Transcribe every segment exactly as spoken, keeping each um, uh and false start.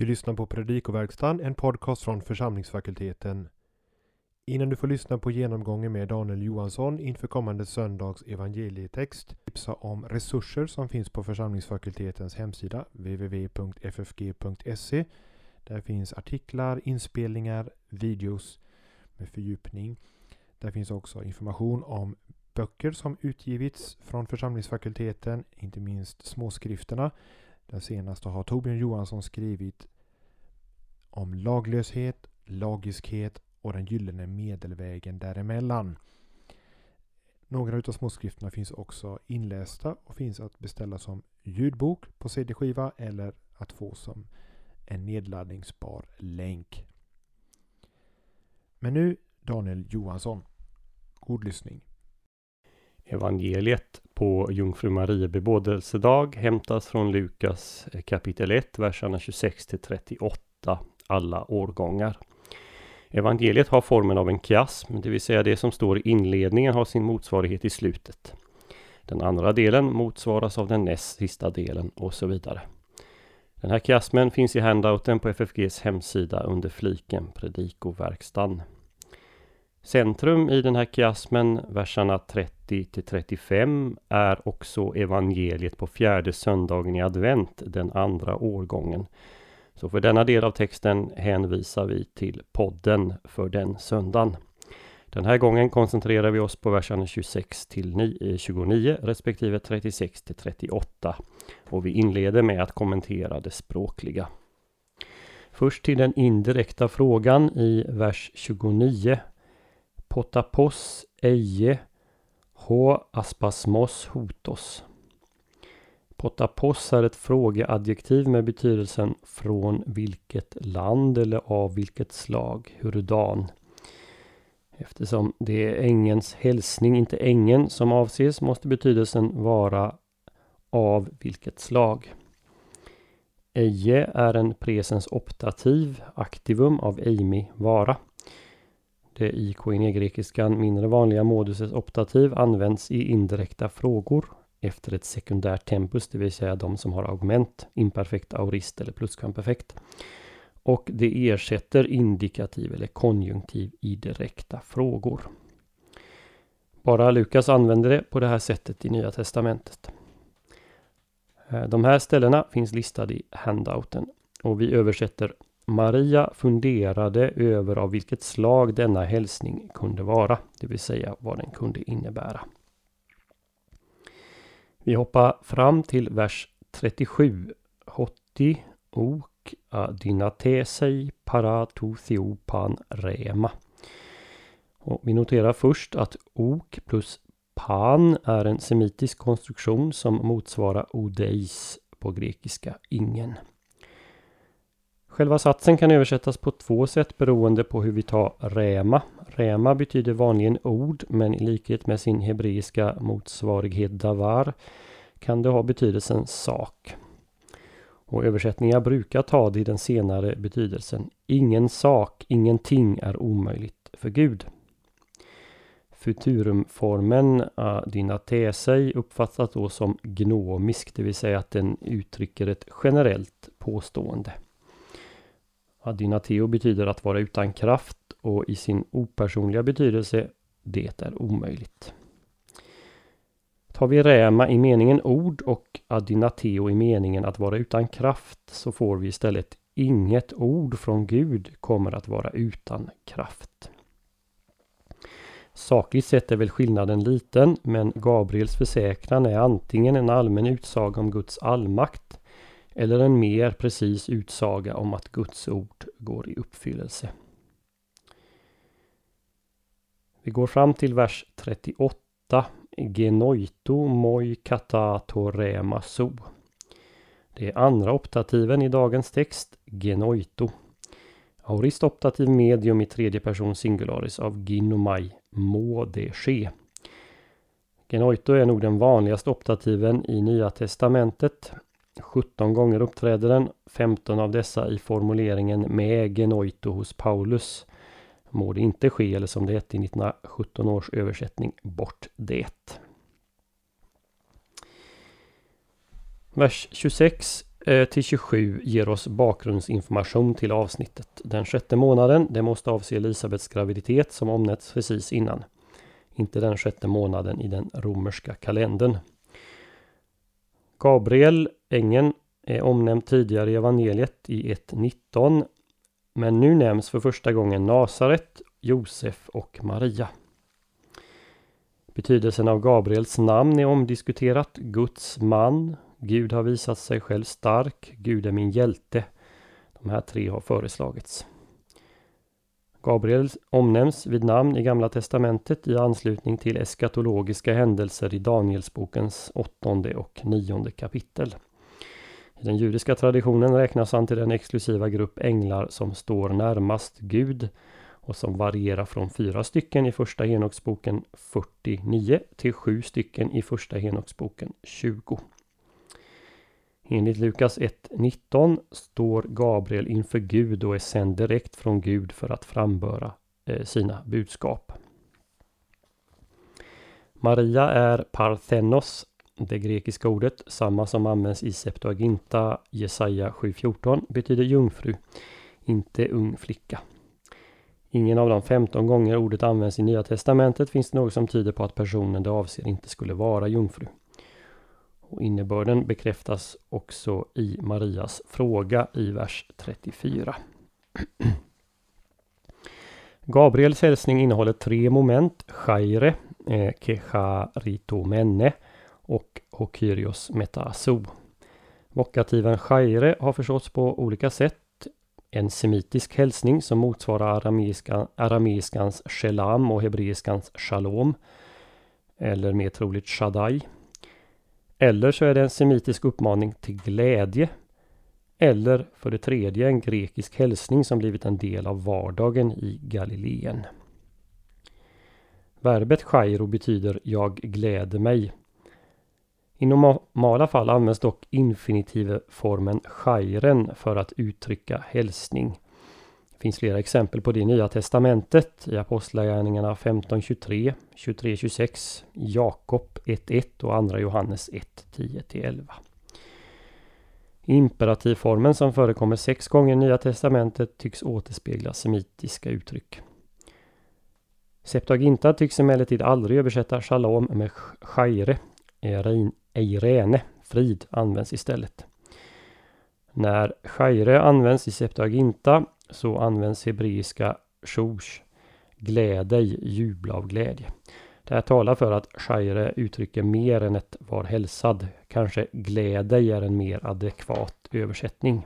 Du lyssnar på Predikoverkstan, en podcast från församlingsfakulteten. Innan du får lyssna på genomgången med Daniel Johansson inför kommande söndags evangelietext, tipsa om resurser som finns på församlingsfakultetens hemsida w w w punkt f f g punkt s e. Där finns artiklar, inspelningar, videos med fördjupning. Där finns också information om böcker som utgivits från församlingsfakulteten, inte minst småskrifterna. Den senaste har Torbjörn Johansson skrivit om laglöshet, lagiskhet och den gyllene medelvägen däremellan. Några av småskrifterna finns också inlästa och finns att beställa som ljudbok på cd-skiva eller att få som en nedladdningsbar länk. Men nu Daniel Johansson. God lyssning. Evangeliet på Jungfru Maria bebådelsedag hämtas från Lukas kapitel ett, verserna tjugosex till trettioåtta, alla årgångar. Evangeliet har formen av en kiasm, det vill säga det som står i inledningen har sin motsvarighet i slutet. Den andra delen motsvaras av den näst sista delen och så vidare. Den här kiasmen finns i handouten på F F G:s hemsida under fliken Predikoverkstan. Centrum i den här kiasmen, verserna trettio till trettiofem, är också evangeliet på fjärde söndagen i advent, den andra årgången. Så för denna del av texten hänvisar vi till podden för den söndagen. Den här gången koncentrerar vi oss på verserna tjugosex till tjugonio respektive trettiosex till trettioåtta. Och vi inleder med att kommentera det språkliga. Först till den indirekta frågan i vers tjugonio. Potapos eie ho aspasmos hotos. Potapos är ett frågeadjektiv med betydelsen från vilket land eller av vilket slag, hurdan. Eftersom det är ängens hälsning, inte ängen som avses, måste betydelsen vara av vilket slag. Eie är en presens optativ, aktivum av eimi, vara. Det i koine-grekiskan mindre vanliga moduses optativ används i indirekta frågor efter ett sekundärt tempus, det vill säga de som har augment, imperfekt, aorist eller plusquamperfekt. Och det ersätter indikativ eller konjunktiv i direkta frågor. Bara Lukas använder det på det här sättet i Nya testamentet. De här ställena finns listade i handouten och vi översätter: Maria funderade över av vilket slag denna hälsning kunde vara, det vill säga vad den kunde innebära. Vi hoppar fram till vers trettiosju. Hotti ok adinatesei paratouthiopan rema. Och vi noterar först att ok plus pan är en semitisk konstruktion som motsvarar odeis på grekiska ingen. Själva satsen kan översättas på två sätt beroende på hur vi tar rema. Rema betyder vanligen ord, men i likhet med sin hebreiska motsvarighet davar kan det ha betydelsen sak. Och översättningar brukar ta det i den senare betydelsen. Ingen sak, ingenting är omöjligt för Gud. Futurumformen adinatesei uppfattas då som gnomisk, det vill säga att den uttrycker ett generellt påstående. Adinateo betyder att vara utan kraft och i sin opersonliga betydelse, det är omöjligt. Tar vi rema i meningen ord och adinateo i meningen att vara utan kraft, så får vi istället inget ord från Gud kommer att vara utan kraft. Sakligt sett är väl skillnaden liten, men Gabriels försäkran är antingen en allmän utsaga om Guds allmakt eller en mer precis utsaga om att Guds ord går i uppfyllelse. Vi går fram till vers trettioåtta. Genoito moi katato rema so. Det är andra optativen i dagens text, genoito. Aorist optativ medium i tredje person singularis av ginomai, må det ske. Genoito är nog den vanligaste optativen i Nya testamentet. sjutton gånger uppträder den, femton av dessa i formuleringen med genoito hos Paulus. Må det inte ske, eller som det hette i nittonhundrasjutton års översättning, bort det. Vers tjugosex. till tjugosju ger oss bakgrundsinformation till avsnittet. Den sjätte månaden, det måste avse Elisabets graviditet som omnämnts precis innan. Inte den sjätte månaden i den romerska kalendern. Gabriel, ängeln, är omnämnd tidigare i evangeliet i ett nitton. Men nu nämns för första gången Nasaret, Josef och Maria. Betydelsen av Gabriels namn är omdiskuterat. Guds man, Gud har visat sig själv stark, Gud är min hjälte. De här tre har föreslagits. Gabriel omnämns vid namn i Gamla testamentet i anslutning till eskatologiska händelser i Danielsbokens åttonde och nionde kapitel. I den judiska traditionen räknas han till den exklusiva grupp änglar som står närmast Gud och som varierar från fyra stycken i första Henoksboken fyrtionio till sju stycken i första Henoksboken tjugo. Enligt Lukas ett nitton står Gabriel inför Gud och är sänd direkt från Gud för att framböra eh, sina budskap. Maria är parthenos, det grekiska ordet, samma som används i Septuaginta. Jesaja sju fjorton betyder jungfru, inte ung flicka. Ingen av de femton gånger ordet används i Nya testamentet finns det något som tyder på att personen det avser inte skulle vara jungfru. Och innebörden bekräftas också i Marias fråga i vers trettiofyra. Gabriels hälsning innehåller tre moment: chaire, eh, kecharitomene och hokyrios metaso. Vokativen chaire har förståtts på olika sätt. En semitisk hälsning som motsvarar arameiska, arameiskans shelam och hebreiskans shalom, eller mer troligt shaddai. Eller så är det en semitisk uppmaning till glädje. Eller för det tredje en grekisk hälsning som blivit en del av vardagen i Galileen. Verbet chairo betyder jag gläder mig. I normala fall används dock infinitivformen chairen för att uttrycka hälsning. Det finns flera exempel på det i Nya testamentet i Apostlagärningarna femton tjugotre, tjugotre tjugosex, Jakob ett ett och andra Johannes ett tio till elva. Imperativformen som förekommer sex gånger i Nya testamentet tycks återspegla semitiska uttryck. Septuaginta tycks emellertid aldrig översätta shalom med chaire. Eirene, frid, används istället. När chaire används i Septuaginta så används hebreiska shosh, gläd dig, jubla av glädje. Det här talar för att chaire uttrycker mer än ett var hälsad. Kanske gläd dig är en mer adekvat översättning.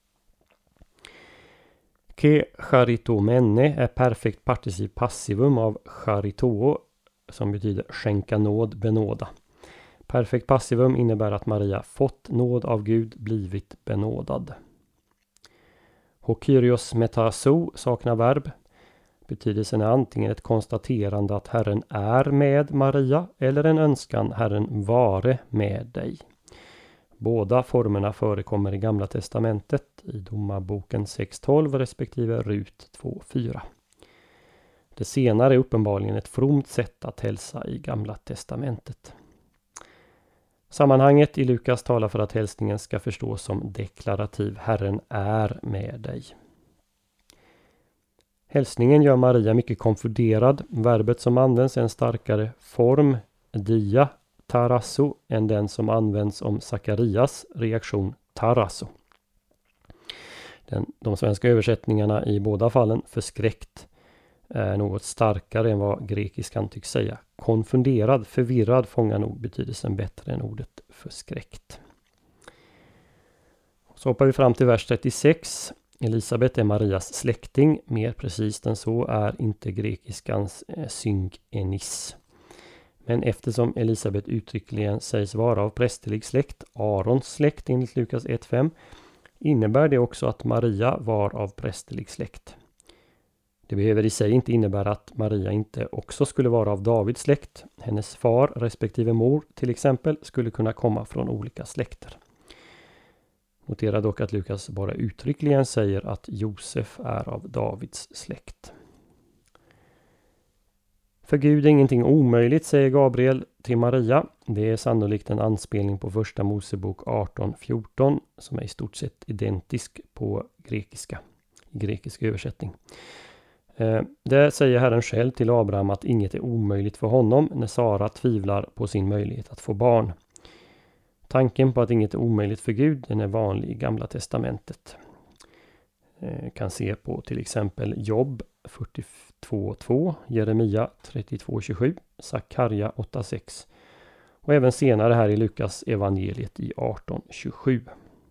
Ke charitomene är perfekt particip passivum av charitoo som betyder skänka nåd, benåda. Perfekt passivum innebär att Maria fått nåd av Gud, blivit benådad. Hokyrios metaso saknar verb. Betydelsen är antingen ett konstaterande att Herren är med Maria eller en önskan Herren vare med dig. Båda formerna förekommer i Gamla testamentet i Domarboken sex tolv respektive Rut två fyra. Det senare är uppenbarligen ett fromt sätt att hälsa i Gamla testamentet. Sammanhanget i Lukas talar för att hälsningen ska förstås som deklarativ. Herren är med dig. Hälsningen gör Maria mycket konfunderad. Verbet som används är en starkare form, dia, tarasso, än den som används om Sakarias reaktion, tarasso. Den, de svenska översättningarna i båda fallen, förskräckt, är något starkare än vad grekiskan tycks säga. Konfunderad, förvirrad fångar nog betydelsen bättre än ordet förskräckt. Så hoppar vi fram till vers trettiosex. Elisabet är Marias släkting. Mer precis än så är inte grekiskans eh, syngenis. Men eftersom Elisabet uttryckligen sägs vara av prästerlig släkt, Arons släkt enligt Lukas ett fem, innebär det också att Maria var av prästerlig släkt. Det behöver i sig inte innebära att Maria inte också skulle vara av Davids släkt. Hennes far respektive mor till exempel skulle kunna komma från olika släkter. Notera dock att Lukas bara uttryckligen säger att Josef är av Davids släkt. För Gud är ingenting omöjligt, säger Gabriel till Maria. Det är sannolikt en anspelning på första Mosebok arton fjorton som är i stort sett identisk på grekiska, i grekisk översättning. Eh, där säger Herren själv till Abraham att inget är omöjligt för honom när Sara tvivlar på sin möjlighet att få barn. Tanken på att inget är omöjligt för Gud, den är vanlig i Gamla testamentet. Eh, kan se på till exempel Jobb fyrtiotvå två, Jeremia trettiotvå tjugosju, Sakarja åtta sex och även senare här i Lukas evangeliet i arton tjugosju.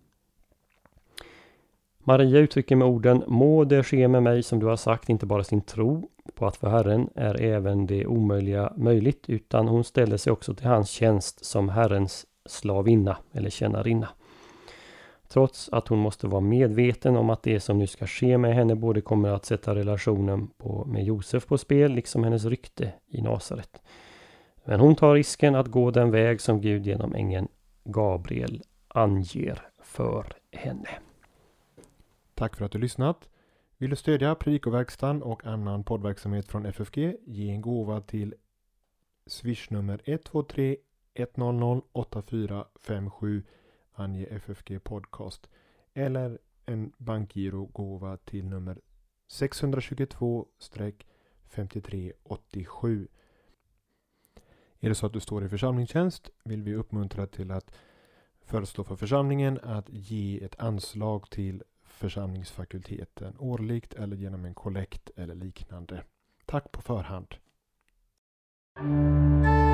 Maria uttrycker med orden: må det ske med mig som du har sagt, inte bara sin tro på att för Herren är även det omöjliga möjligt, utan hon ställer sig också till hans tjänst som Herrens slavinna eller tjänarinna. Trots att hon måste vara medveten om att det som nu ska ske med henne både kommer att sätta relationen på, med Josef på spel, liksom hennes rykte i Nasaret. Men hon tar risken att gå den väg som Gud genom ängeln Gabriel anger för henne. Tack för att du lyssnat. Vill du stödja Predikoverkstan och annan poddverksamhet från F F G? Ge en gåva till swishnummer ett två tre ett noll noll åtta fyra fem sju. Ange F F G podcast eller en bankgirogåva till nummer sex två två fem tre åtta sju. Är det så att du står i församlingstjänst vill vi uppmuntra till att föreslå för församlingen att ge ett anslag till församlingsfakulteten årligt eller genom en kollekt eller liknande. Tack på förhand.